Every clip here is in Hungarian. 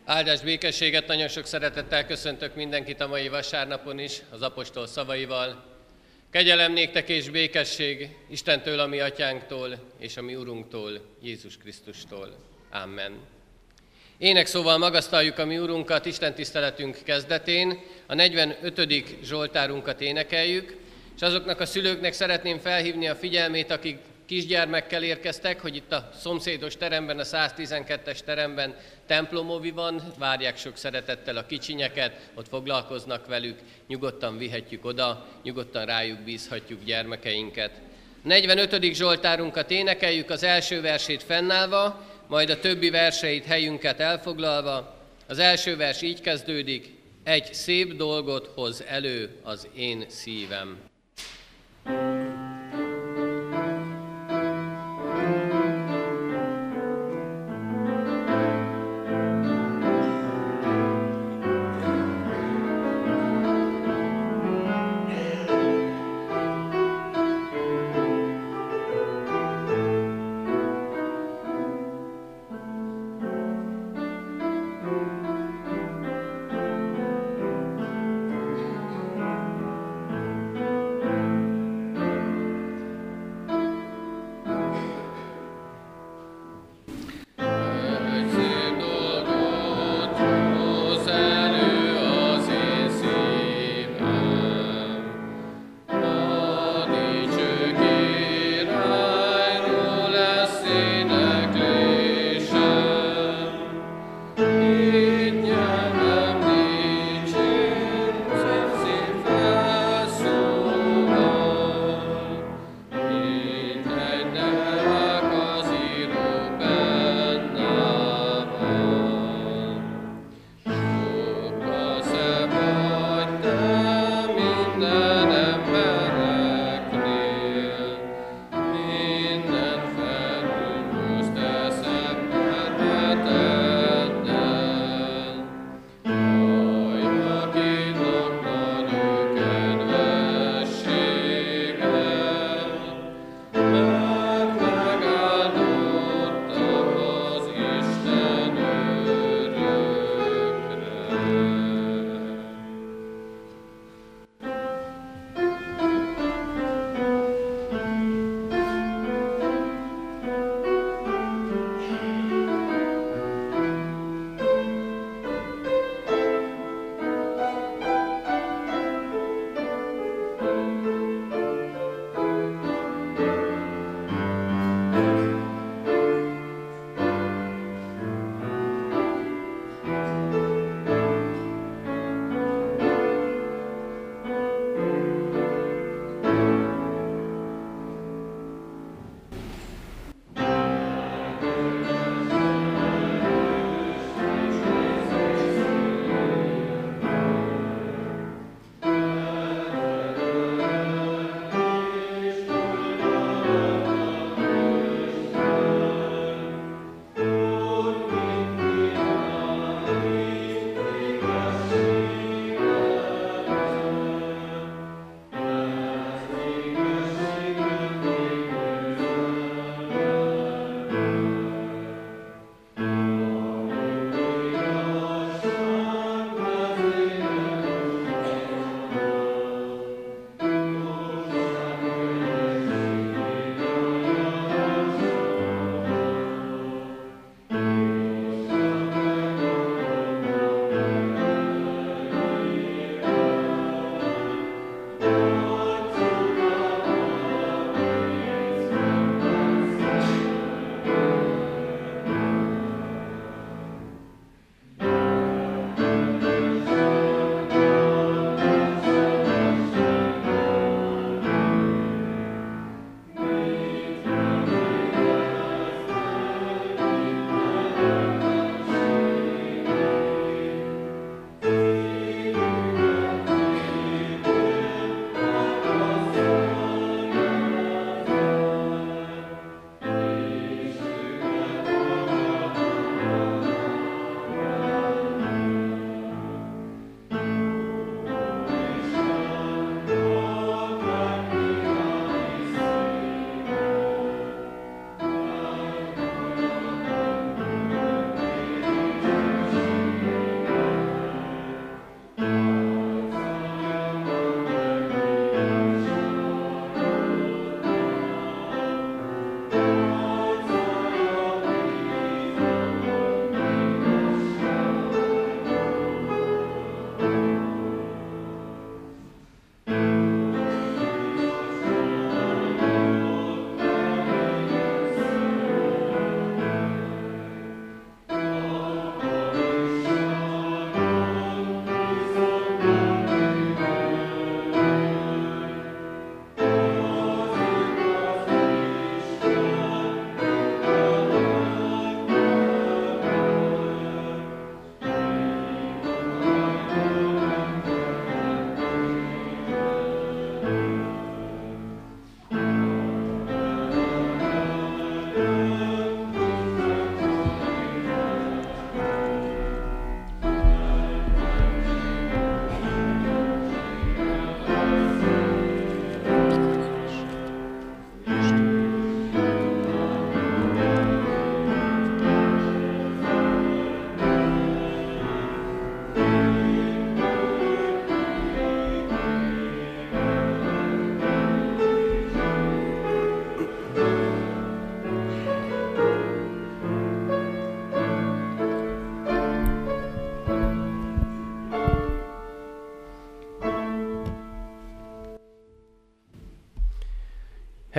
Áldás békességet, nagyon sok szeretettel köszöntök mindenkit a mai vasárnapon is, az apostol szavaival. Kegyelem néktek és békesség Istentől, a mi atyánktól, és a mi Urunktól, Jézus Krisztustól. Amen. Énekszóval magasztaljuk a mi Urunkat Isten tiszteletünk kezdetén, a 45. Zsoltárunkat énekeljük, és azoknak a szülőknek szeretném felhívni a figyelmét, akik kisgyermekkel érkeztek, hogy itt a szomszédos teremben, a 112-es teremben templomovi van, várják sok szeretettel a kicsinyeket, ott foglalkoznak velük, nyugodtan vihetjük oda, nyugodtan rájuk bízhatjuk gyermekeinket. 45. Zsoltárunkat énekeljük, az első versét fennállva, majd a többi verseit helyünket elfoglalva. Az első vers így kezdődik: egy szép dolgot hoz elő az én szívem.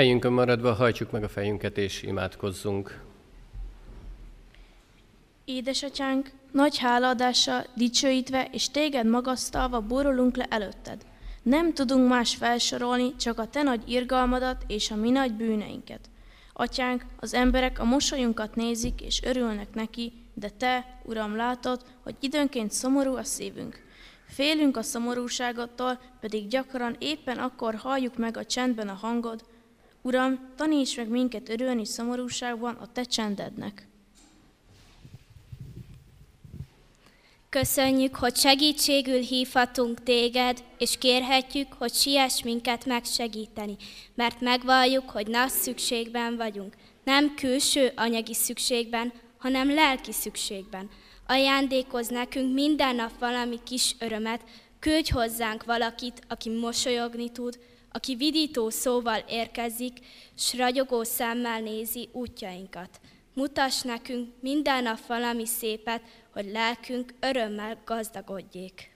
Helyünkön maradva hajtsuk meg a fejünket és imádkozzunk. Édesatyánk, nagy hálaadással dicsőítve és téged magasztalva borulunk le előtted. Nem tudunk más felsorolni, csak a te nagy irgalmadat és a mi nagy bűneinket. Atyánk, az emberek a mosolyunkat nézik és örülnek neki, de te, Uram, látod, hogy időnként szomorú a szívünk. Félünk a szomorúságottól, pedig gyakran éppen akkor halljuk meg a csendben a hangod. Uram, taníts meg minket örülni szomorúságban a te csendednek. Köszönjük, hogy segítségül hívhatunk téged, és kérhetjük, hogy siess minket megsegíteni, mert megvalljuk, hogy nagy szükségben vagyunk. Nem külső anyagi szükségben, hanem lelki szükségben. Ajándékozz nekünk minden nap valami kis örömet, küldj hozzánk valakit, aki mosolyogni tud, aki vidító szóval érkezik, s ragyogó szemmel nézi útjainkat. Mutass nekünk minden nap valami szépet, hogy lelkünk örömmel gazdagodjék.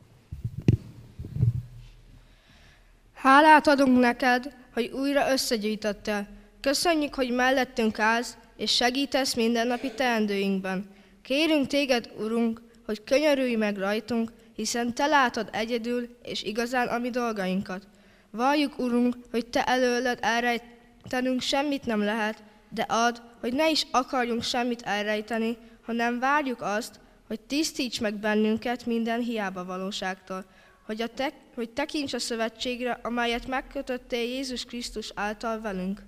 Hálát adunk neked, hogy újra összegyűjtöttél. Köszönjük, hogy mellettünk állsz, és segítesz mindennapi teendőinkben. Kérünk téged, Urunk, hogy könyörülj meg rajtunk, hiszen te látod egyedül és igazán a mi dolgainkat. Valljuk, Urunk, hogy te előled elrejtenünk semmit nem lehet, de add, hogy ne is akarjunk semmit elrejteni, hanem várjuk azt, hogy tisztíts meg bennünket minden hiába valóságtól, hogy tekints a szövetségre, amelyet megkötöttél Jézus Krisztus által velünk.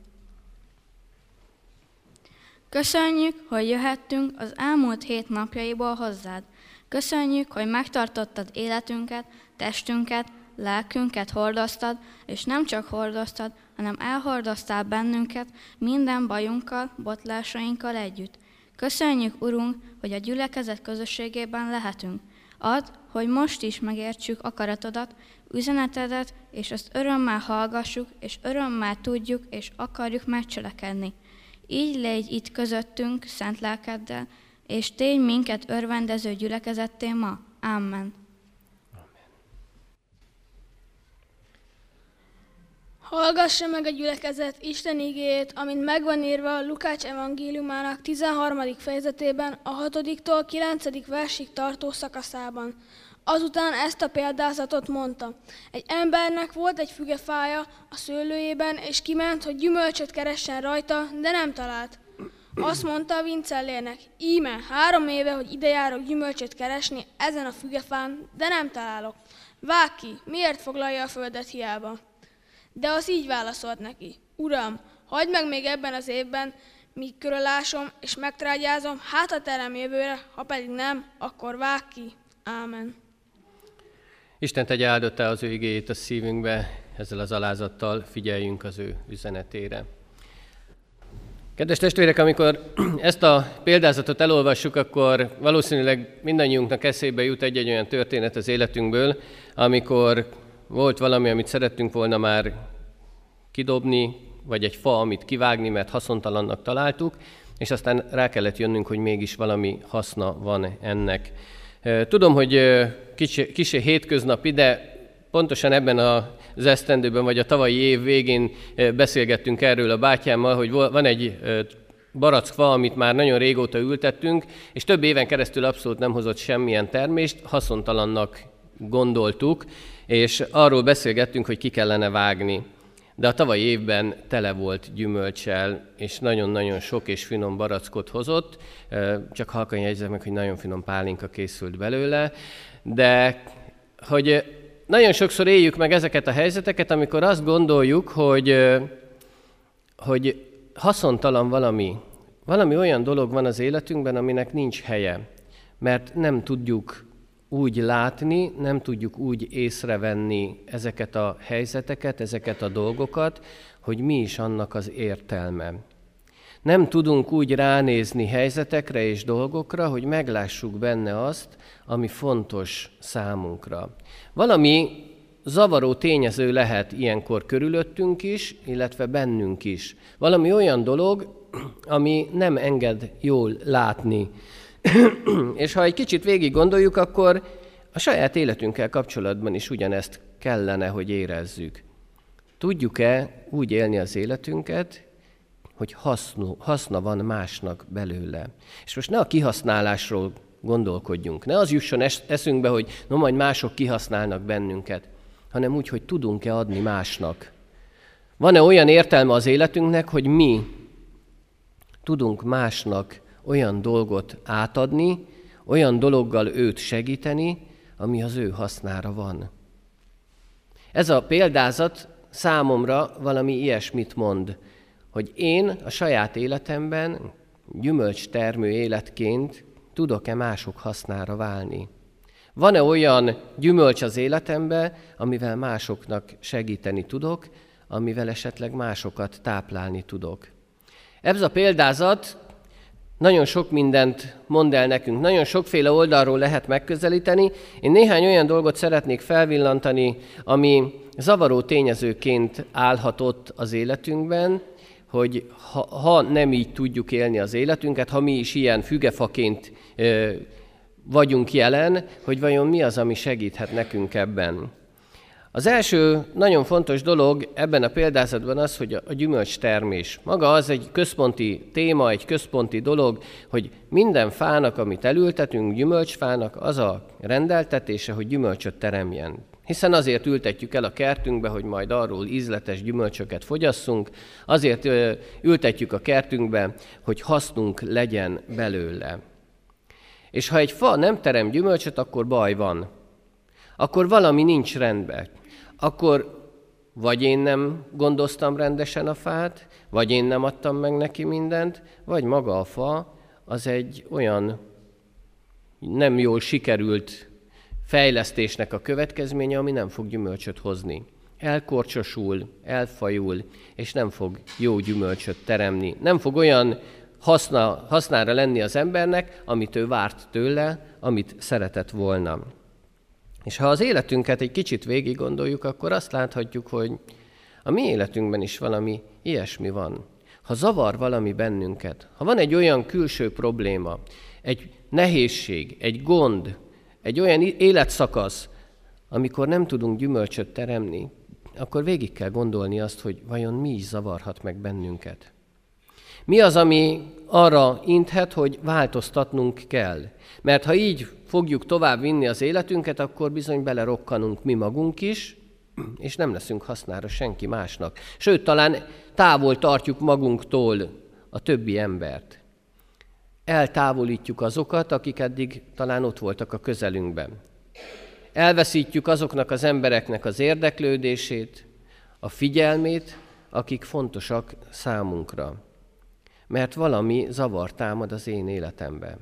Köszönjük, hogy jöhettünk az elmúlt 7 napjaiból hozzád. Köszönjük, hogy megtartottad életünket, testünket, lelkünket hordoztad, és nem csak hordoztad, hanem elhordoztál bennünket minden bajunkkal, botlásainkkal együtt. Köszönjük, Urunk, hogy a gyülekezet közösségében lehetünk. Add, hogy most is megértsük akaratodat, üzenetedet, és azt örömmel hallgassuk, és örömmel tudjuk, és akarjuk megcselekedni. Így légy itt közöttünk szent lelkeddel, és tégy minket örvendező gyülekezetté ma. Amen. Hallgassa meg a gyülekezet Isten igéjét, amint megvan írva a Lukács evangéliumának 13. fejezetében, a 6-tól 9. versig tartó szakaszában. Azután ezt a példázatot mondta. Egy embernek volt egy fügefája a szőlőjében, és kiment, hogy gyümölcsöt keressen rajta, de nem talált. Azt mondta a vincellérnek, íme, 3 éve, hogy ide járok gyümölcsöt keresni ezen a fügefán, de nem találok. Vágd ki, miért foglalja a földet hiába? De az így válaszolt neki, Uram, hagyd meg még ebben az évben, míg körülásom és megtrágyázom, hát ha terem jövőre, ha pedig nem, akkor vágd ki. Ámen. Isten tegye áldottá az ő igéjét a szívünkbe, ezzel az alázattal figyeljünk az ő üzenetére. Kedves testvérek, amikor ezt a példázatot elolvassuk, akkor valószínűleg mindannyiunknak eszébe jut egy olyan történet az életünkből, amikor volt valami, amit szerettünk volna már kidobni, vagy egy fa, amit kivágni, mert haszontalannak találtuk, és aztán rá kellett jönnünk, hogy mégis valami haszna van ennek. Tudom, hogy kicsi hétköznapi, de pontosan ebben az esztendőben, vagy a tavalyi év végén beszélgettünk erről a bátyámmal, hogy van egy barackfa, amit már nagyon régóta ültettünk, és több éven keresztül abszolút nem hozott semmilyen termést, haszontalannak gondoltuk, és arról beszélgettünk, hogy ki kellene vágni. De a tavalyi évben tele volt gyümölccsel, és nagyon-nagyon sok és finom barackot hozott, csak halkan jegyzem meg, hogy nagyon finom pálinka készült belőle, de hogy nagyon sokszor éljük meg ezeket a helyzeteket, amikor azt gondoljuk, hogy haszontalan valami olyan dolog van az életünkben, aminek nincs helye, mert nem tudjuk úgy látni, nem tudjuk úgy észrevenni ezeket a helyzeteket, ezeket a dolgokat, hogy mi is annak az értelme. Nem tudunk úgy ránézni helyzetekre és dolgokra, hogy meglássuk benne azt, ami fontos számunkra. Valami zavaró tényező lehet ilyenkor körülöttünk is, illetve bennünk is. Valami olyan dolog, ami nem enged jól látni. És ha egy kicsit végig gondoljuk, akkor a saját életünkkel kapcsolatban is ugyanezt kellene, hogy érezzük. Tudjuk-e úgy élni az életünket, hogy haszna van másnak belőle. És most ne a kihasználásról gondolkodjunk, ne az jusson eszünkbe, hogy majd mások kihasználnak bennünket, hanem úgy, hogy tudunk-e adni másnak. Van-e olyan értelme az életünknek, hogy mi tudunk másnak olyan dolgot átadni, olyan dologgal őt segíteni, ami az ő hasznára van. Ez a példázat számomra valami ilyesmit mond, hogy én a saját életemben gyümölcstermő életként tudok-e mások hasznára válni. Van-e olyan gyümölcs az életemben, amivel másoknak segíteni tudok, amivel esetleg másokat táplálni tudok. Ez a példázat nagyon sok mindent mond el nekünk, nagyon sokféle oldalról lehet megközelíteni. Én néhány olyan dolgot szeretnék felvillantani, ami zavaró tényezőként állhatott az életünkben, hogy ha nem így tudjuk élni az életünket, ha mi is ilyen fügefaként vagyunk jelen, hogy vajon mi az, ami segíthet nekünk ebben. Az első nagyon fontos dolog ebben a példázatban az, hogy a gyümölcstermés. Maga az egy központi téma, egy központi dolog, hogy minden fának, amit elültetünk, gyümölcsfának, az a rendeltetése, hogy gyümölcsöt teremjen. Hiszen azért ültetjük el a kertünkbe, hogy majd arról ízletes gyümölcsöket fogyasszunk, azért ültetjük a kertünkbe, hogy hasznunk legyen belőle. És ha egy fa nem terem gyümölcsöt, akkor baj van. Akkor valami nincs rendben. Akkor vagy én nem gondoztam rendesen a fát, vagy én nem adtam meg neki mindent, vagy maga a fa az egy olyan nem jól sikerült fejlesztésnek a következménye, ami nem fog gyümölcsöt hozni. Elkorcsosul, elfajul, és nem fog jó gyümölcsöt teremni. Nem fog olyan hasznára lenni az embernek, amit ő várt tőle, amit szeretett volna. És ha az életünket egy kicsit végig gondoljuk, akkor azt láthatjuk, hogy a mi életünkben is valami ilyesmi van. Ha zavar valami bennünket, ha van egy olyan külső probléma, egy nehézség, egy gond, egy olyan életszakasz, amikor nem tudunk gyümölcsöt teremni, akkor végig kell gondolni azt, hogy vajon mi is zavarhat meg bennünket. Mi az, ami arra inthet, hogy változtatnunk kell? Mert ha így fogjuk tovább vinni az életünket, akkor bizony belerokkanunk mi magunk is, és nem leszünk hasznára senki másnak. Sőt, talán távol tartjuk magunktól a többi embert. Eltávolítjuk azokat, akik eddig talán ott voltak a közelünkben. Elveszítjük azoknak az embereknek az érdeklődését, a figyelmét, akik fontosak számunkra. Mert valami zavar támad az én életemben.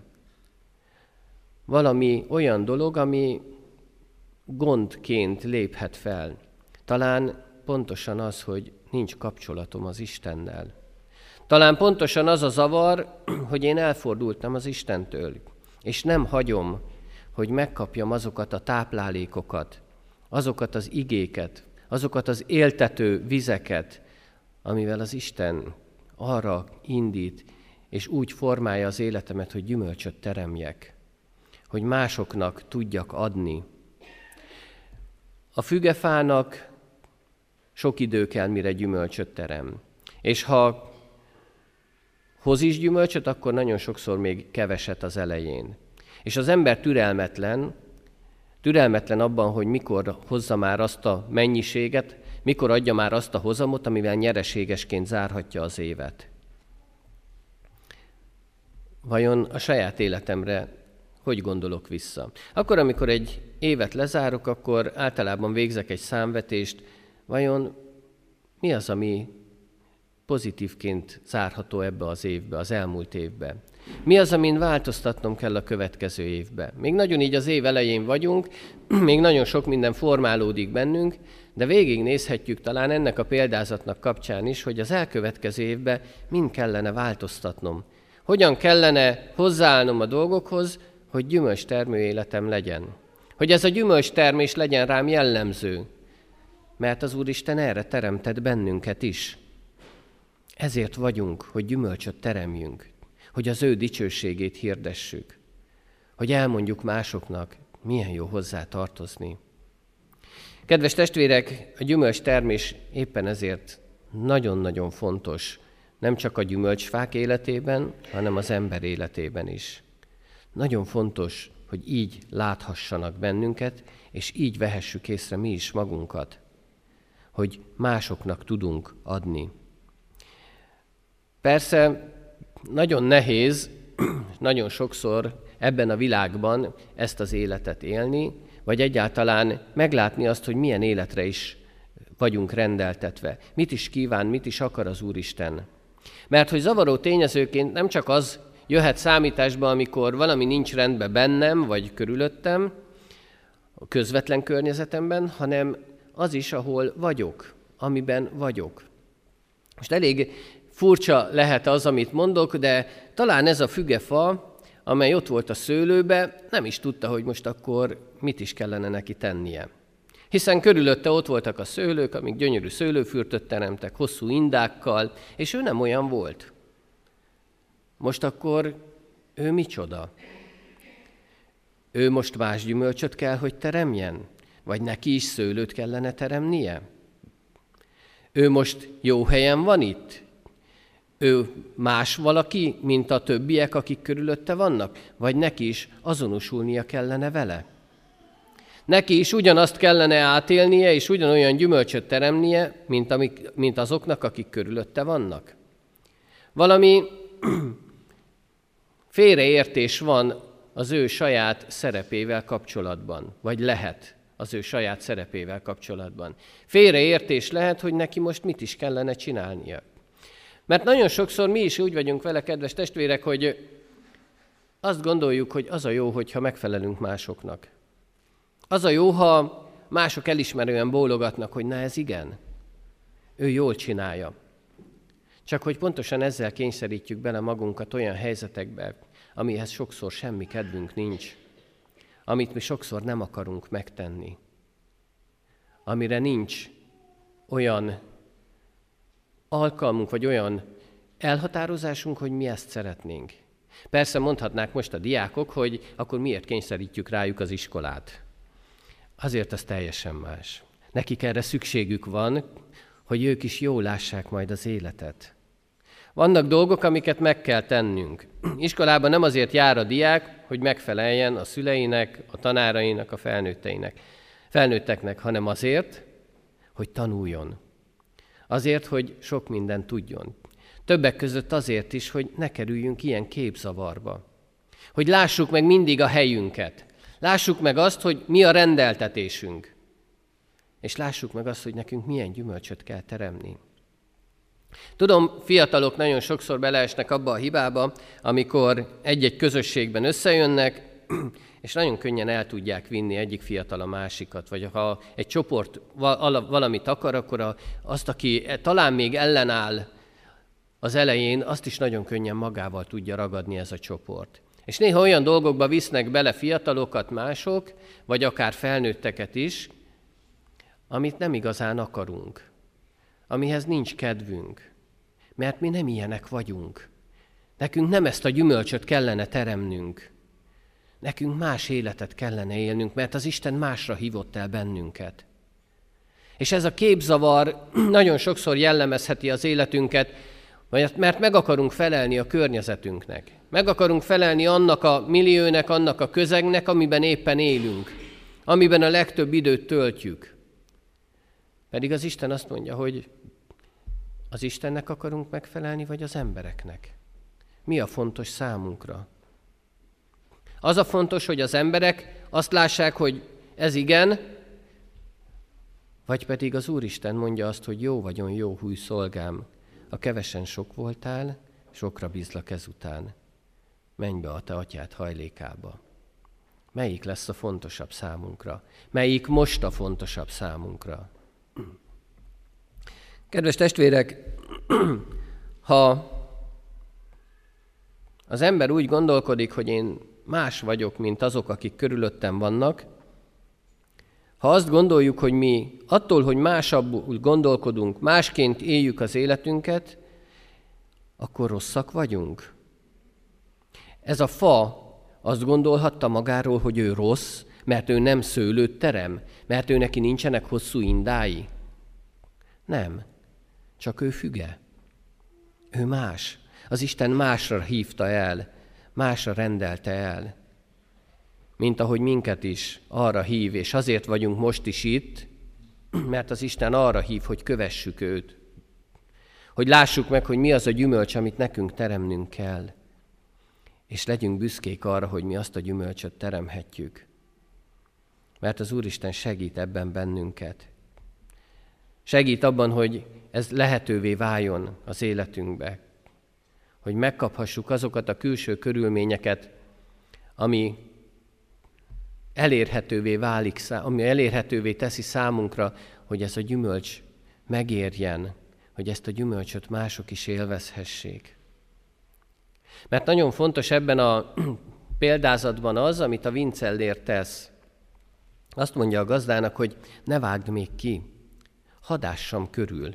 Valami olyan dolog, ami gondként léphet fel. Talán pontosan az, hogy nincs kapcsolatom az Istennel. Talán pontosan az a zavar, hogy én elfordultam az Istentől, és nem hagyom, hogy megkapjam azokat a táplálékokat, azokat az igéket, azokat az éltető vizeket, amivel az Isten arra indít, és úgy formálja az életemet, hogy gyümölcsöt teremjek, hogy másoknak tudjak adni. A fügefának sok idő kell, mire gyümölcsöt terem. És ha hoz is gyümölcsöt, akkor nagyon sokszor még keveset az elején. És az ember türelmetlen abban, hogy mikor hozza már azt a mennyiséget, mikor adja már azt a hozamot, amivel nyereségesként zárhatja az évet. Vajon a saját életemre hogy gondolok vissza? Akkor, amikor egy évet lezárok, akkor általában végzek egy számvetést, vajon mi az, ami pozitívként zárható ebbe az évbe, az elmúlt évbe? Mi az, amin változtatnom kell a következő évbe? Még nagyon így az év elején vagyunk, még nagyon sok minden formálódik bennünk, de végignézhetjük talán ennek a példázatnak kapcsán is, hogy az elkövetkező évben mind kellene változtatnom. Hogyan kellene hozzáállnom a dolgokhoz, hogy gyümölcstermő életem legyen. Hogy ez a gyümölcstermés legyen rám jellemző. Mert az Úristen erre teremtett bennünket is. Ezért vagyunk, hogy gyümölcsöt teremjünk. Hogy az ő dicsőségét hirdessük. Hogy elmondjuk másoknak, milyen jó hozzá tartozni. Kedves testvérek, a gyümölcstermés éppen ezért nagyon-nagyon fontos, nem csak a gyümölcsfák életében, hanem az ember életében is. Nagyon fontos, hogy így láthassanak bennünket, és így vehessük észre mi is magunkat, hogy másoknak tudunk adni. Persze nagyon nehéz, nagyon sokszor ebben a világban ezt az életet élni, vagy egyáltalán meglátni azt, hogy milyen életre is vagyunk rendeltetve. Mit is kíván, mit is akar az Úristen. Mert hogy zavaró tényezőként nem csak az jöhet számításba, amikor valami nincs rendben bennem, vagy körülöttem, a közvetlen környezetemben, hanem az is, ahol vagyok, amiben vagyok. Most elég furcsa lehet az, amit mondok, de talán ez a fügefa, amely ott volt a szőlőbe, nem is tudta, hogy most akkor mit is kellene neki tennie. Hiszen körülötte ott voltak a szőlők, amik gyönyörű szőlőfürtöt teremtek, hosszú indákkal, és ő nem olyan volt. Most akkor ő micsoda? Ő most más gyümölcsöt kell, hogy teremjen? Vagy neki is szőlőt kellene teremnie? Ő most jó helyen van itt? Ő más valaki, mint a többiek, akik körülötte vannak? Vagy neki is azonosulnia kellene vele? Neki is ugyanazt kellene átélnie, és ugyanolyan gyümölcsöt teremnie, mint azoknak, akik körülötte vannak? Valami félreértés van az ő saját szerepével kapcsolatban, vagy lehet az ő saját szerepével kapcsolatban. Félreértés lehet, hogy neki most mit is kellene csinálnia. Mert nagyon sokszor mi is úgy vagyunk vele, kedves testvérek, hogy azt gondoljuk, hogy az a jó, hogyha megfelelünk másoknak. Az a jó, ha mások elismerően bólogatnak, hogy na ez igen, ő jól csinálja. Csak hogy pontosan ezzel kényszerítjük bele magunkat olyan helyzetekbe, amihez sokszor semmi kedvünk nincs, amit mi sokszor nem akarunk megtenni, amire nincs olyan alkalmunk, vagy olyan elhatározásunk, hogy mi ezt szeretnénk. Persze mondhatnák most a diákok, hogy akkor miért kényszerítjük rájuk az iskolát. Azért az teljesen más. Nekik erre szükségük van, hogy ők is jól lássák majd az életet. Vannak dolgok, amiket meg kell tennünk. Iskolában nem azért jár a diák, hogy megfeleljen a szüleinek, a tanárainak, a felnőtteknek, hanem azért, hogy tanuljon. Azért, hogy sok mindent tudjon. Többek között azért is, hogy ne kerüljünk ilyen képzavarba. Hogy lássuk meg mindig a helyünket. Lássuk meg azt, hogy mi a rendeltetésünk. És lássuk meg azt, hogy nekünk milyen gyümölcsöt kell teremni. Tudom, fiatalok nagyon sokszor beleesnek abba a hibába, amikor egy-egy közösségben összejönnek, és nagyon könnyen el tudják vinni egyik fiatal a másikat. Vagy ha egy csoport valamit akar, akkor azt, aki talán még ellenáll az elején, azt is nagyon könnyen magával tudja ragadni ez a csoport. És néha olyan dolgokba visznek bele fiatalokat mások, vagy akár felnőtteket is, amit nem igazán akarunk, amihez nincs kedvünk, mert mi nem ilyenek vagyunk. Nekünk nem ezt a gyümölcsöt kellene teremnünk, nekünk más életet kellene élnünk, mert az Isten másra hívott el bennünket. És ez a képzavar nagyon sokszor jellemezheti az életünket, mert meg akarunk felelni a környezetünknek. Meg akarunk felelni annak a milliónek, annak a közegnek, amiben éppen élünk, amiben a legtöbb időt töltjük. Pedig az Isten azt mondja, hogy az Istennek akarunk megfelelni, vagy az embereknek? Mi a fontos számunkra? Az a fontos, hogy az emberek azt lássák, hogy ez igen, vagy pedig az Úristen mondja azt, hogy jó vagyon, jó húj szolgám, a kevesen sok voltál, sokra bízlak ezután. Menj be a te atyád hajlékába. Melyik lesz a fontosabb számunkra? Melyik most a fontosabb számunkra? Kedves testvérek, ha az ember úgy gondolkodik, hogy én más vagyok, mint azok, akik körülöttem vannak, ha azt gondoljuk, hogy mi attól, hogy másabbul gondolkodunk, másként éljük az életünket, akkor rosszak vagyunk. Ez a fa azt gondolhatta magáról, hogy ő rossz, Mert ő nem szőlőt terem? Mert ő neki nincsenek hosszú indái? Nem, csak ő füge. Ő más. Az Isten másra hívta el, másra rendelte el, mint ahogy minket is arra hív, és azért vagyunk most is itt, mert az Isten arra hív, hogy kövessük őt, hogy lássuk meg, hogy mi az a gyümölcs, amit nekünk teremnünk kell, és legyünk büszkék arra, hogy mi azt a gyümölcsöt teremhetjük. Mert az Úristen segít ebben bennünket. Segít abban, hogy ez lehetővé váljon az életünkbe, hogy megkaphassuk azokat a külső körülményeket, ami elérhetővé válik, ami elérhetővé teszi számunkra, hogy ez a gyümölcs megérjen, hogy ezt a gyümölcsöt mások is élvezhessék. Mert nagyon fontos ebben a példázatban az, amit a vincellér tesz. Azt mondja a gazdának, hogy ne vágd még ki, hadd ássam körül.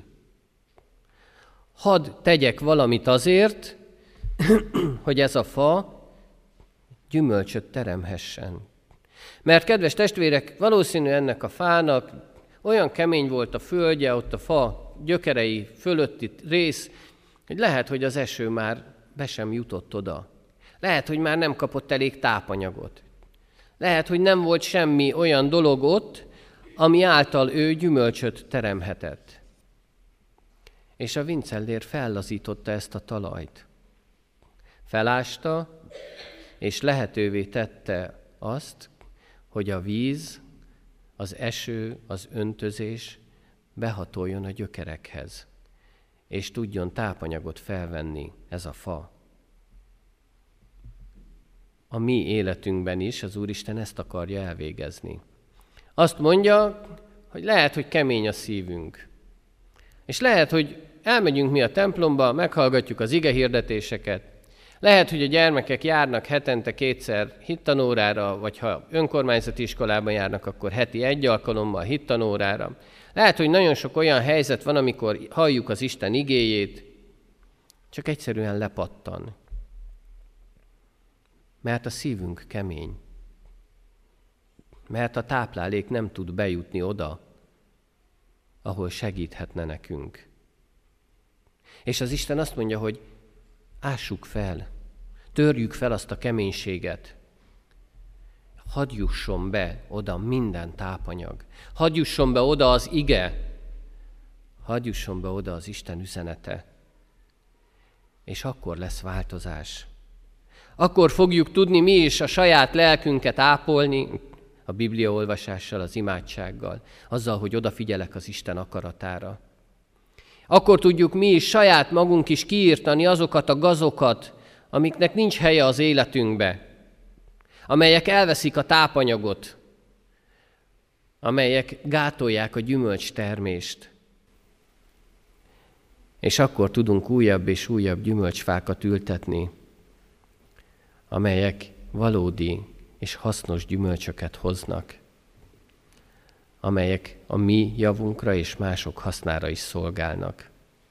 Hadd tegyek valamit azért, hogy ez a fa gyümölcsöt teremhessen. Mert, kedves testvérek, valószínű ennek a fának olyan kemény volt a földje, ott a fa gyökerei fölötti rész, hogy lehet, hogy az eső már be sem jutott oda. Lehet, hogy már nem kapott elég tápanyagot. Lehet, hogy nem volt semmi olyan dolog ott, ami által ő gyümölcsöt teremhetett. És a vincellér fellazította ezt a talajt. Felásta, és lehetővé tette azt, hogy a víz, az eső, az öntözés behatoljon a gyökerekhez, és tudjon tápanyagot felvenni ez a fa. A mi életünkben is az Úristen ezt akarja elvégezni. Azt mondja, hogy lehet, hogy kemény a szívünk. És lehet, hogy elmegyünk mi a templomba, meghallgatjuk az igehirdetéseket. Lehet, hogy a gyermekek járnak hetente 2-szer hittanórára, vagy ha önkormányzati iskolában járnak, akkor heti 1 alkalommal hittanórára. Lehet, hogy nagyon sok olyan helyzet van, amikor halljuk az Isten igéjét, csak egyszerűen lepattan. Mert a szívünk kemény. Mert a táplálék nem tud bejutni oda, ahol segíthetne nekünk. És az Isten azt mondja, hogy ássuk fel, törjük fel azt a keménységet. Hadd jusson be oda minden tápanyag. Hadd jusson be oda az ige. Hadd jusson be oda az Isten üzenete. És akkor lesz változás. Akkor fogjuk tudni mi is a saját lelkünket ápolni, a bibliaolvasással, az imádsággal, azzal, hogy odafigyelek az Isten akaratára. Akkor tudjuk mi is saját magunk is kiírtani azokat a gazokat, amiknek nincs helye az életünkbe, amelyek elveszik a tápanyagot, amelyek gátolják a gyümölcstermést. És akkor tudunk újabb és újabb gyümölcsfákat ültetni, amelyek valódi és hasznos gyümölcsöket hoznak, amelyek a mi javunkra és mások hasznára is szolgálnak.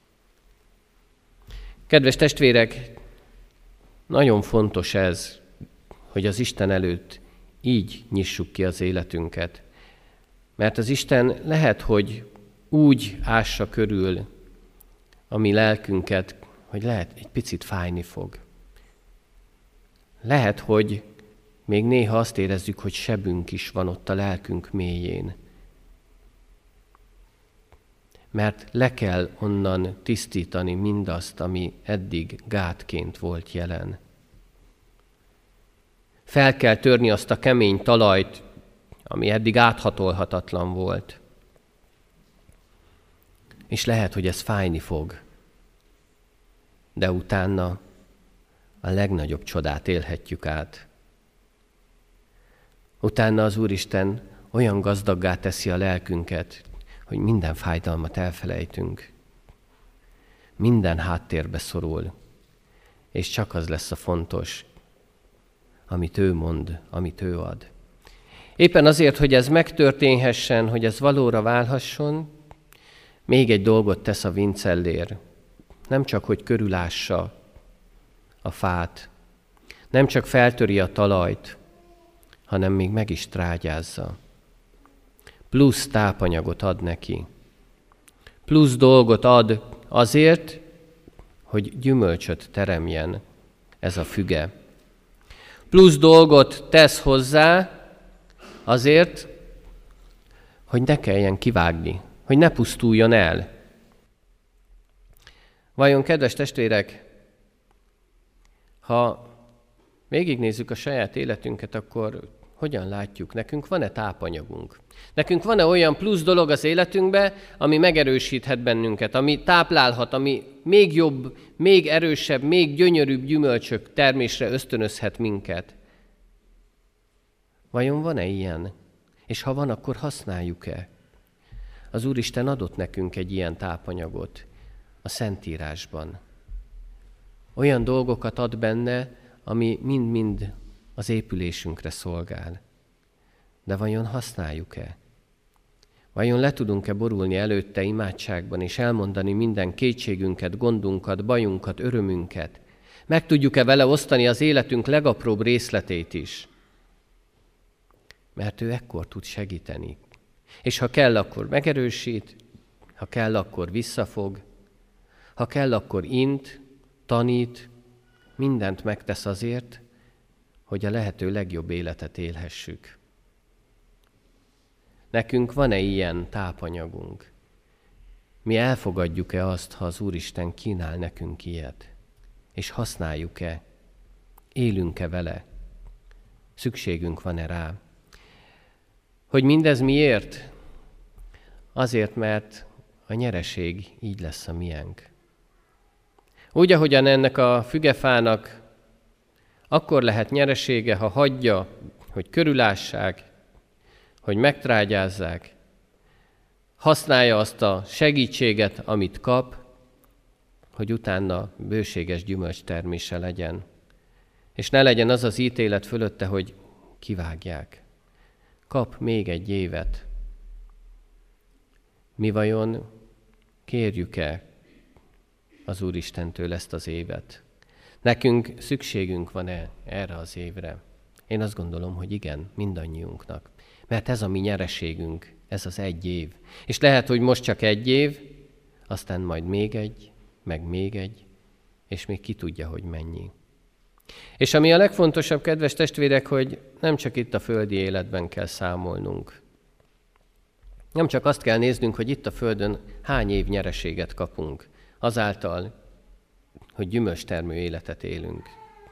Kedves testvérek, nagyon fontos ez, hogy az Isten előtt így nyissuk ki az életünket. Mert az Isten lehet, hogy úgy ássa körül a mi lelkünket, hogy lehet egy picit fájni fog. Lehet, hogy még néha azt érezzük, hogy sebünk is van ott a lelkünk mélyén. Mert le kell onnan tisztítani mindazt, ami eddig gátként volt jelen. Fel kell törni azt a kemény talajt, ami eddig áthatolhatatlan volt. És lehet, hogy ez fájni fog, de utána a legnagyobb csodát élhetjük át. Utána az Úristen olyan gazdaggá teszi a lelkünket, hogy minden fájdalmat elfelejtünk. Minden háttérbe szorul, és csak az lesz a fontos, amit ő mond, amit ő ad. Éppen azért, hogy ez megtörténhessen, hogy ez valóra válhasson, még egy dolgot tesz a vincellér. Nem csak, hogy körülássa a fát, nem csak feltöri a talajt, hanem még meg is trágyázza. Plusz tápanyagot ad neki. Plusz dolgot ad azért, hogy gyümölcsöt teremjen ez a füge. Plusz dolgot tesz hozzá azért, hogy ne kelljen kivágni, hogy ne pusztuljon el. Vajon, kedves testvérek, ha végignézzük a saját életünket, akkor hogyan látjuk? Nekünk van-e tápanyagunk? Nekünk van-e olyan plusz dolog az életünkbe, ami megerősíthet bennünket, ami táplálhat, ami még jobb, még erősebb, még gyönyörűbb gyümölcsök termésre ösztönözhet minket? Vajon van-e ilyen? És ha van, akkor használjuk-e? Az Úristen adott nekünk egy ilyen tápanyagot a Szentírásban. Olyan dolgokat ad benne, ami mind-mind az épülésünkre szolgál. De vajon használjuk-e? Vajon le tudunk-e borulni előtte imádságban, és elmondani minden kétségünket, gondunkat, bajunkat, örömünket? Meg tudjuk-e vele osztani az életünk legapróbb részletét is? Mert ő ekkor tud segíteni. És ha kell, akkor megerősít, ha kell, akkor visszafog, ha kell, akkor int, tanít, mindent megtesz azért, hogy a lehető legjobb életet élhessük. Nekünk van-e ilyen tápanyagunk? Mi elfogadjuk-e azt, ha az Úristen kínál nekünk ilyet? És használjuk-e? Élünk-e vele? Szükségünk van-e rá? Hogy mindez miért? Azért, mert a nyereség így lesz a miénk. Úgy, ahogyan ennek a fügefának akkor lehet nyeresége, ha hagyja, hogy körülássák, hogy megtrágyázzák, használja azt a segítséget, amit kap, hogy utána bőséges gyümölcstermése legyen. És ne legyen az az ítélet fölötte, hogy kivágják. Kap még egy évet. Mi vajon kérjük-e az Úristentől ezt az évet? Nekünk szükségünk van-e erre az évre? Én azt gondolom, hogy igen, mindannyiunknak. Mert ez a mi nyereségünk, ez az egy év. És lehet, hogy most csak egy év, aztán majd még egy, meg még egy, és még ki tudja, hogy mennyi. És ami a legfontosabb, kedves testvérek, hogy nem csak itt a földi életben kell számolnunk. Nem csak azt kell néznünk, hogy itt a földön hány év nyereséget kapunk, azáltal, hogy gyümölcstermő életet élünk,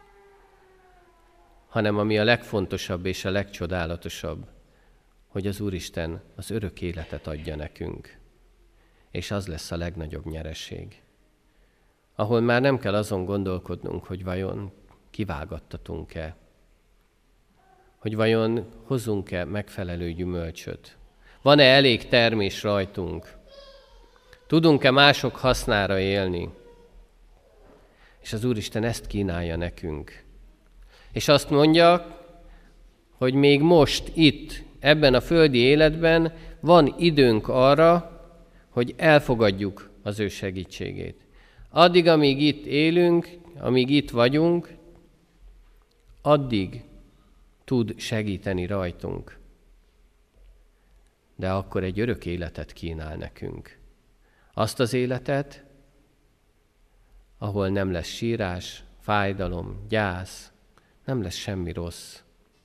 hanem ami a legfontosabb és a legcsodálatosabb, hogy az Úristen az örök életet adja nekünk, és az lesz a legnagyobb nyereség. Ahol már nem kell azon gondolkodnunk, hogy vajon kivágattatunk-e, hogy vajon hozzunk-e megfelelő gyümölcsöt, van-e elég termés rajtunk, tudunk-e mások hasznára élni. És az Úristen ezt kínálja nekünk. És azt mondja, hogy még most itt, ebben a földi életben van időnk arra, hogy elfogadjuk az ő segítségét. Addig, amíg itt élünk, amíg itt vagyunk, addig tud segíteni rajtunk. De akkor egy örök életet kínál nekünk. Azt az életet, ahol nem lesz sírás, fájdalom, gyász, nem lesz semmi rossz.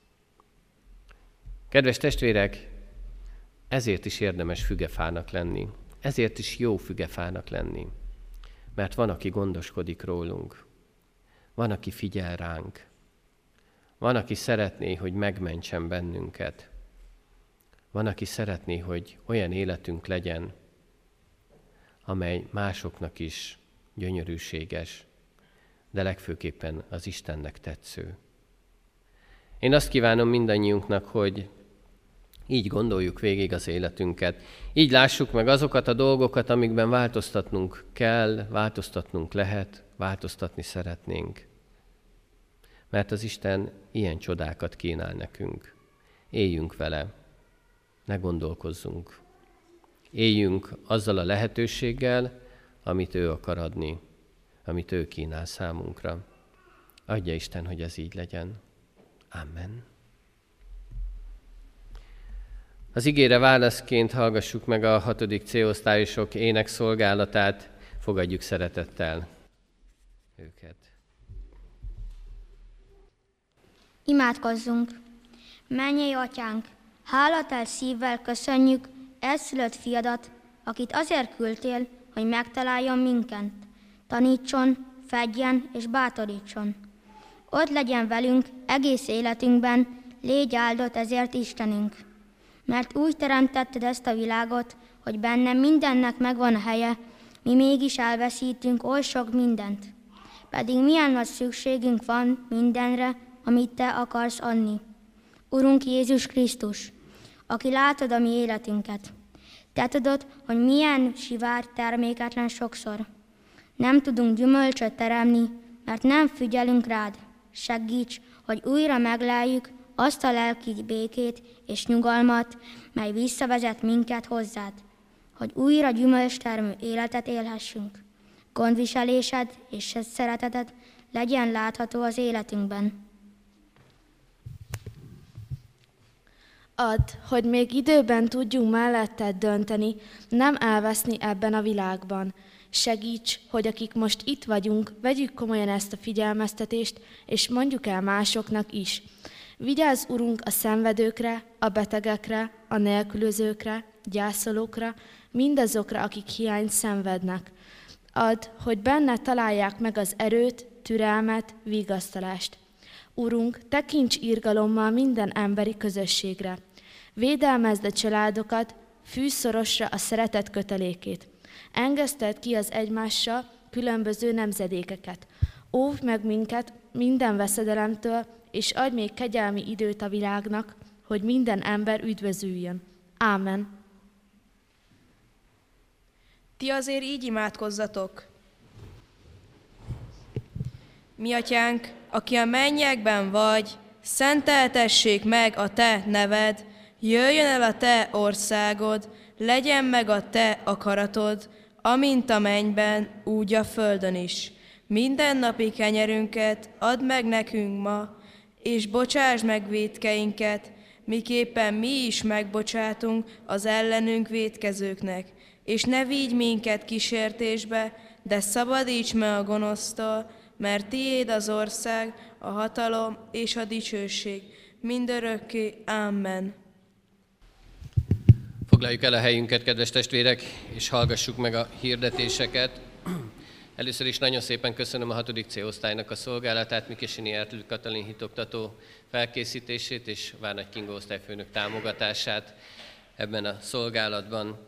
Kedves testvérek, ezért is érdemes fügefának lenni. Ezért is jó fügefának lenni. Mert van, aki gondoskodik rólunk. Van, aki figyel ránk. Van, aki szeretné, hogy megmentsen bennünket. Van, aki szeretné, hogy olyan életünk legyen, amely másoknak is gyönyörűséges, de legfőképpen az Istennek tetsző. Én azt kívánom mindannyiunknak, hogy így gondoljuk végig az életünket. Így lássuk meg azokat a dolgokat, amikben változtatnunk kell, változtatnunk lehet, változtatni szeretnénk. Mert az Isten ilyen csodákat kínál nekünk. Éljünk vele, ne gondolkozzunk. Éljünk azzal a lehetőséggel, amit ő akar adni, amit ő kínál számunkra. Adja Isten, hogy ez így legyen. Amen. Az igére válaszként hallgassuk meg a 6. C-osztályosok énekszolgálatát, fogadjuk szeretettel őket. Imádkozzunk! Mennyei Atyánk, hálatál szívvel köszönjük elszülött fiadat, akit azért küldtél, hogy megtaláljon minket. Tanítson, fedjen és bátorítson. Ott legyen velünk egész életünkben, légy áldott ezért Istenünk. Mert úgy teremtetted ezt a világot, hogy benne mindennek megvan a helye, mi mégis elveszítünk oly sok mindent. Pedig milyen nagy szükségünk van mindenre, amit Te akarsz adni. Urunk Jézus Krisztus, aki látod a mi életünket. Te tudod, hogy milyen sivár terméketlen sokszor. Nem tudunk gyümölcsöt teremni, mert nem figyelünk rád. Segíts, hogy újra megleljük azt a lelki békét és nyugalmat, mely visszavezet minket hozzád, hogy újra gyümölcstermő életet élhessünk. Gondviselésed és szereteted legyen látható az életünkben. Add, hogy még időben tudjunk melletted dönteni, nem elveszni ebben a világban. Segíts, hogy akik most itt vagyunk, vegyük komolyan ezt a figyelmeztetést, és mondjuk el másoknak is. Vigyázz, Urunk, a szenvedőkre, a betegekre, a nélkülözőkre, gyászolókra, mindazokra, akik hiányt szenvednek. Add, hogy benne találják meg az erőt, türelmet, vigasztalást. Urunk, tekints irgalommal minden emberi közösségre. Védelmezd a családokat, fűzz szorosra a szeretet kötelékét. Engeszteld ki az egymással különböző nemzedékeket. Óvd meg minket minden veszedelemtől, és adj még kegyelmi időt a világnak, hogy minden ember üdvözüljön. Ámen. Ti azért így imádkozzatok. Mi atyánk, aki a mennyekben vagy, szenteltessék meg a te neved, jöjjön el a te országod, legyen meg a te akaratod, amint a mennyben, úgy a földön is. Mindennapi kenyerünket add meg nekünk ma, és bocsásd meg vétkeinket, miképpen mi is megbocsátunk az ellenünk vétkezőknek. És ne vigy minket kísértésbe, de szabadíts meg a gonosztól, mert tiéd az ország, a hatalom és a dicsőség, mindörökké. Amen. Foglaljuk el a helyünket, kedves testvérek, és hallgassuk meg a hirdetéseket. Először is nagyon szépen köszönöm a 6. C-osztálynak a szolgálatát, Mikésini Ertl Katalin hitoktató felkészítését és Várnagy Kinga osztályfőnök támogatását ebben a szolgálatban.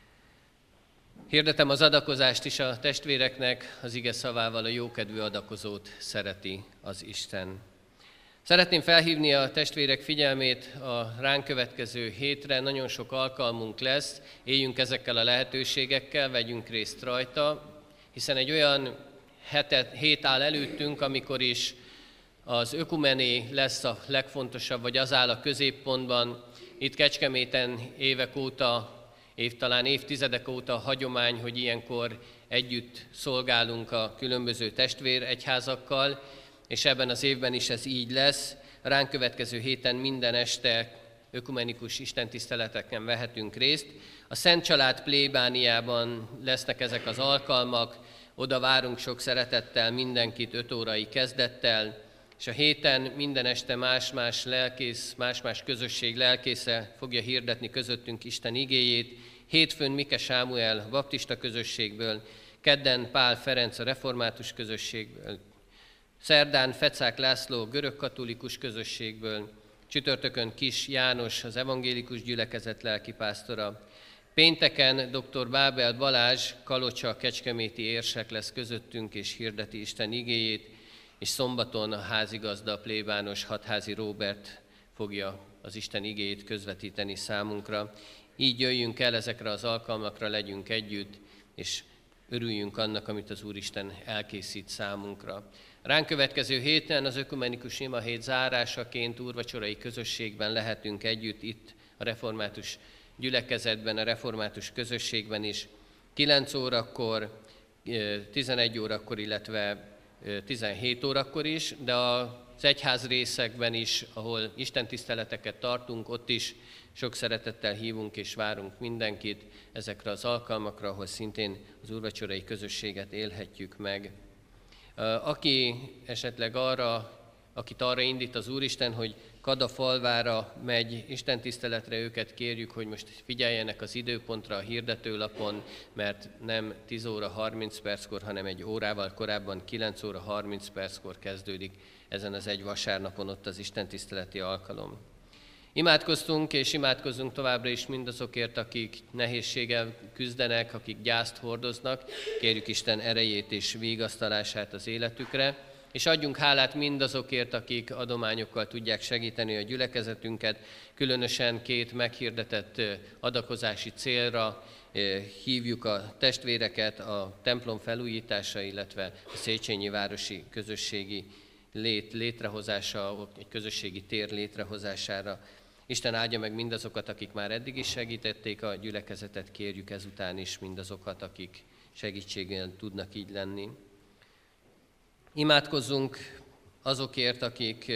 Hirdetem az adakozást is a testvéreknek, az ige szavával: a jókedvű adakozót szereti az Isten. Szeretném felhívni a testvérek figyelmét a ránk következő hétre, nagyon sok alkalmunk lesz, éljünk ezekkel a lehetőségekkel, vegyünk részt rajta, hiszen egy olyan hét áll előttünk, amikor is az ökumené lesz a legfontosabb, vagy az áll a középpontban. Itt Kecskeméten évek óta, talán évtizedek óta hagyomány, hogy ilyenkor együtt szolgálunk a különböző testvéregyházakkal, és ebben az évben is ez így lesz. Ránk következő héten minden este ökumenikus istentiszteleteken vehetünk részt. A Szent Család plébániában lesznek ezek az alkalmak, oda várunk sok szeretettel mindenkit 5 órai kezdettel, és a héten minden este más-más lelkész, más-más közösség lelkésze fogja hirdetni közöttünk Isten igéjét. Hétfőn Mike Sámuel baptista közösségből, kedden Pál Ferenc a református közösségből, szerdán Fecák László görögkatolikus közösségből, csütörtökön Kis János az evangélikus gyülekezet lelkipásztora, pénteken dr. Bábel Balázs Kalocsa kecskeméti érsek lesz közöttünk és hirdeti Isten igéjét, és szombaton a házigazda plébános Hatházi Róbert fogja az Isten igéjét közvetíteni számunkra. Így jöjjünk el ezekre az alkalmakra, legyünk együtt, és örüljünk annak, amit az Úristen elkészít számunkra. Ránk következő héten az ökumenikus imahét zárásaként úrvacsorai közösségben lehetünk együtt, itt a református gyülekezetben, a református közösségben is. 9 órakor, 11 órakor, illetve 17 órakor is, de az egyház részekben is, ahol istentiszteleteket tartunk, ott is sok szeretettel hívunk és várunk mindenkit ezekre az alkalmakra, ahol szintén az úrvacsorai közösséget élhetjük meg. Aki esetleg akit arra indít az Úristen, hogy Kada falvára megy istentiszteletre, őket kérjük, hogy most figyeljenek az időpontra a hirdetőlapon, mert nem 10 óra 30 perckor, hanem egy órával korábban 9 óra 30 perckor kezdődik ezen az egy vasárnapon ott az istentiszteleti alkalom. Imádkoztunk és imádkozzunk továbbra is mindazokért, akik nehézséggel küzdenek, akik gyászt hordoznak. Kérjük Isten erejét és vigasztalását az életükre, és adjunk hálát mindazokért, akik adományokkal tudják segíteni a gyülekezetünket, különösen 2 meghirdetett adakozási célra hívjuk a testvéreket, a templom felújítása, illetve a Széchenyi városi közösségi létrehozása, egy közösségi tér létrehozására. Isten áldja meg mindazokat, akik már eddig is segítették a gyülekezetet, kérjük ezután is mindazokat, akik segítséggel tudnak így lenni. Imádkozzunk azokért, akik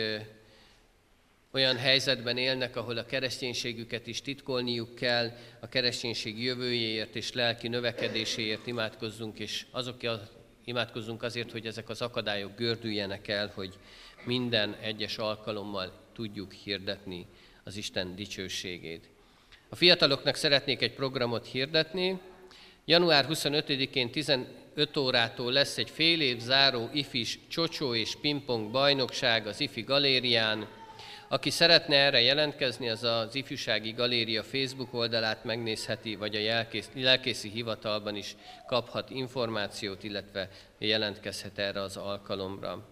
olyan helyzetben élnek, ahol a kereszténységüket is titkolniuk kell, a kereszténység jövőjéért és lelki növekedéséért imádkozzunk, és imádkozzunk azért, hogy ezek az akadályok gördüljenek el, hogy minden egyes alkalommal tudjuk hirdetni az Isten dicsőségét. A fiataloknak szeretnék egy programot hirdetni. Január 25-én 15 órától lesz egy fél év záró ifis csocsó és pingpong bajnokság az Ifi Galérián. Aki szeretne erre jelentkezni, az az Ifjúsági Galéria Facebook oldalát megnézheti, vagy a lelkészi hivatalban is kaphat információt, illetve jelentkezhet erre az alkalomra.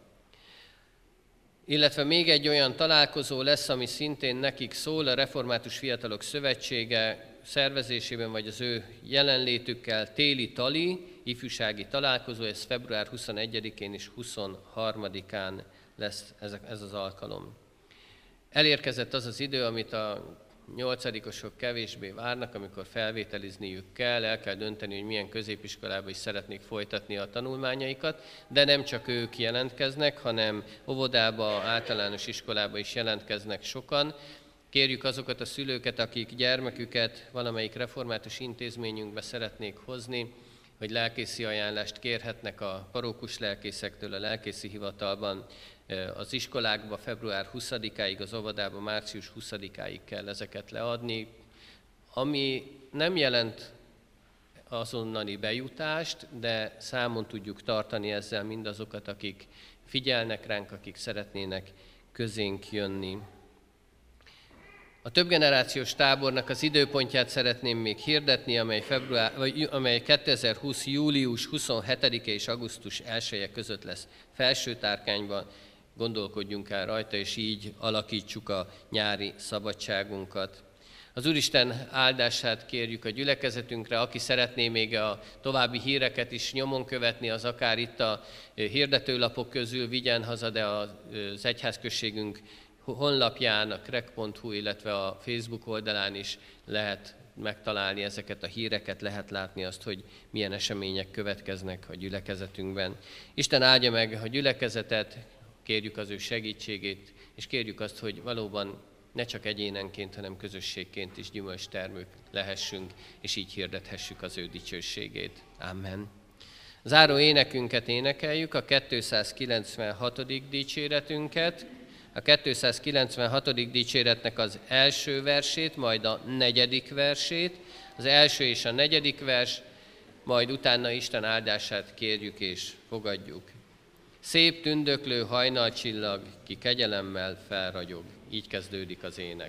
Illetve még egy olyan találkozó lesz, ami szintén nekik szól, a Református Fiatalok Szövetsége szervezésében, vagy az ő jelenlétükkel téli tali, ifjúsági találkozó, ez február 21-én és 23-án lesz ez az alkalom. Elérkezett az az idő, amit a 8-osok kevésbé várnak, amikor felvételizniük kell, el kell dönteni, hogy milyen középiskolába is szeretnék folytatni a tanulmányaikat, de nem csak ők jelentkeznek, hanem óvodába, általános iskolába is jelentkeznek sokan. Kérjük azokat a szülőket, akik gyermeküket valamelyik református intézményünkbe szeretnék hozni, hogy lelkészi ajánlást kérhetnek a parókus lelkészektől a lelkészi hivatalban. Az iskolákba február 20-áig, az óvodába március 20-áig kell ezeket leadni, ami nem jelent azonnali bejutást, de számon tudjuk tartani ezzel mindazokat, akik figyelnek ránk, akik szeretnének közénk jönni. A többgenerációs tábornak az időpontját szeretném még hirdetni, amely 2020. július 27-e és augusztus 1-e között lesz Felsőtárkányban. Gondolkodjunk el rajta, és így alakítsuk a nyári szabadságunkat. Az Úristen áldását kérjük a gyülekezetünkre, aki szeretné még a további híreket is nyomon követni, az akár itt a hirdetőlapok közül vigyen haza, de az egyházközségünk honlapján, a krek.hu, illetve a Facebook oldalán is lehet megtalálni ezeket a híreket, lehet látni azt, hogy milyen események következnek a gyülekezetünkben. Isten áldja meg a gyülekezetet, kérjük az ő segítségét, és kérjük azt, hogy valóban ne csak egyénenként, hanem közösségként is gyümölcstermők lehessünk, és így hirdethessük az ő dicsőségét. Amen. Záró énekünket énekeljük, a 296. dicséretünket. A 296. dicséretnek az első versét, majd a 4. versét, az első és a 4. vers, majd utána Isten áldását kérjük és fogadjuk. Szép tündöklő hajnalcsillag, ki kegyelemmel felragyog. Így kezdődik az ének.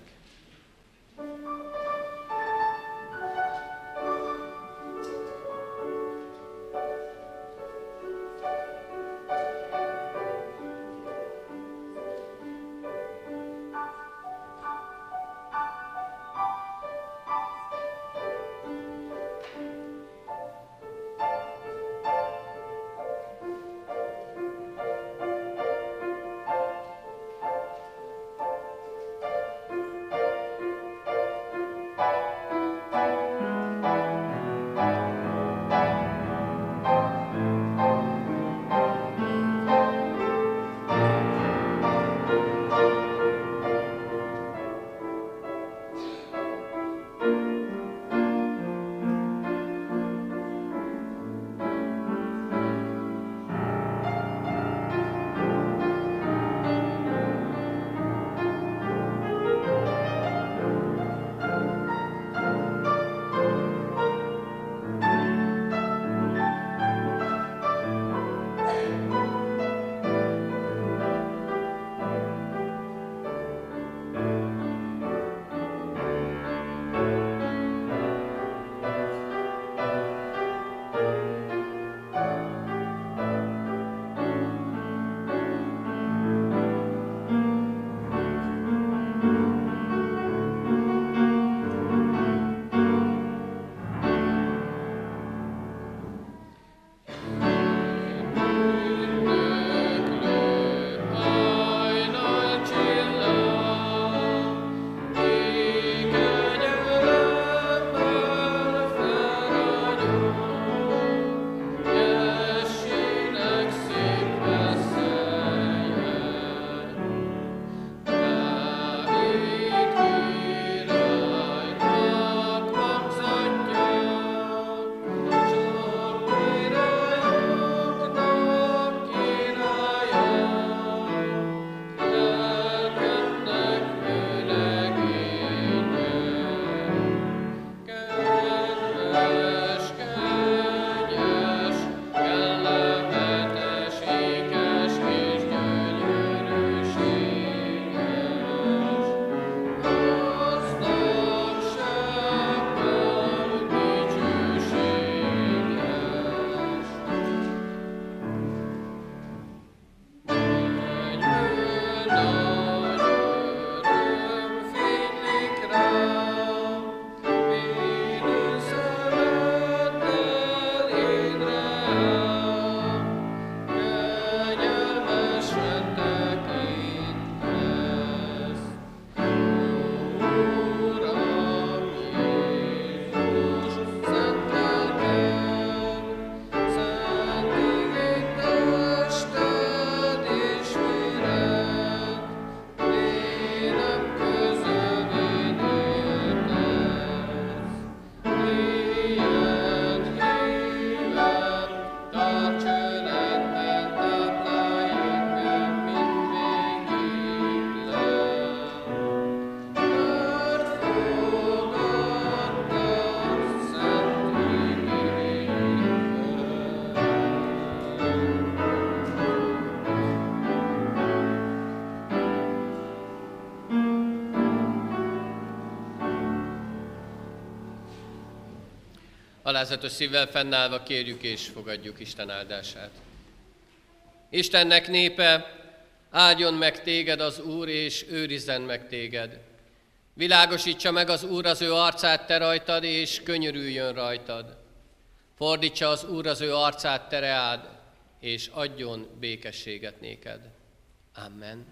Alázatos szívvel fennállva kérjük és fogadjuk Isten áldását. Istennek népe, áldjon meg téged az Úr, és őrizzen meg téged. Világosítsa meg az Úr az ő arcát te rajtad, és könyörüljön rajtad. Fordítsa az Úr az ő arcát te reád, és adjon békességet néked. Amen.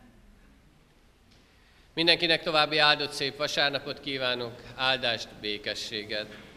Mindenkinek további áldott szép vasárnapot kívánok, áldást, békességet.